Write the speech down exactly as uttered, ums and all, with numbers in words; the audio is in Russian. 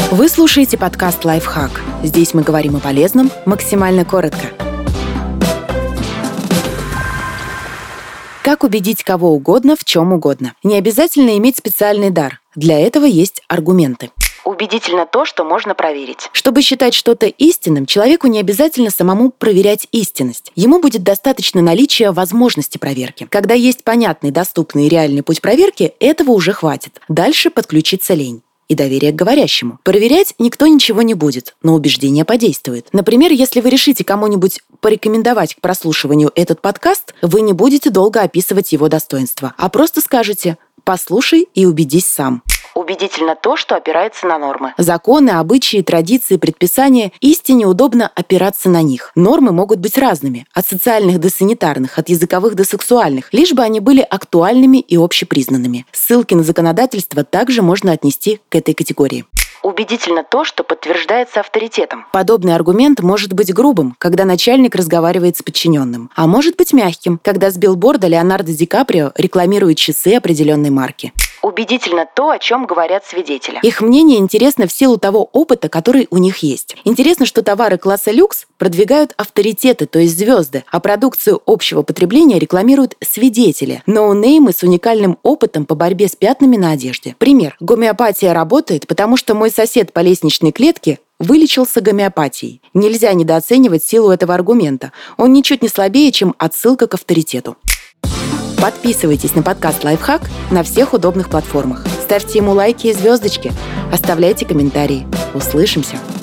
Вы слушаете подкаст «Лайфхак». Здесь мы говорим о полезном максимально коротко. Как убедить кого угодно в чем угодно? Не обязательно иметь специальный дар. Для этого есть аргументы. Убедительно то, что можно проверить. Чтобы считать что-то истинным, человеку не обязательно самому проверять истинность. Ему будет достаточно наличия возможности проверки. Когда есть понятный, доступный и реальный путь проверки, этого уже хватит. Дальше подключится лень и доверие к говорящему. Проверять никто ничего не будет, но убеждение подействует. Например, если вы решите кому-нибудь порекомендовать к прослушиванию этот подкаст, вы не будете долго описывать его достоинства, а просто скажете «послушай и убедись сам». Убедительно то, что опирается на нормы. Законы, обычаи, традиции, предписания – истине удобно опираться на них. Нормы могут быть разными – от социальных до санитарных, от языковых до сексуальных, лишь бы они были актуальными и общепризнанными. Ссылки на законодательство также можно отнести к этой категории. Убедительно то, что подтверждается авторитетом. Подобный аргумент может быть грубым, когда начальник разговаривает с подчиненным, а может быть мягким, когда с билборда Леонардо Ди Каприо рекламирует часы определенной марки. Убедительно то, о чем говорят свидетели. Их мнение интересно в силу того опыта, который у них есть. Интересно, что товары класса люкс продвигают авторитеты, то есть звезды, а продукцию общего потребления рекламируют свидетели, ноунеймы с уникальным опытом по борьбе с пятнами на одежде. Пример. Гомеопатия работает, потому что мой сосед по лестничной клетке вылечился гомеопатией. Нельзя недооценивать силу этого аргумента. Он ничуть не слабее, чем отсылка к авторитету. Подписывайтесь на подкаст «Лайфхак» на всех удобных платформах. Ставьте ему лайки и звездочки. Оставляйте комментарии. Услышимся!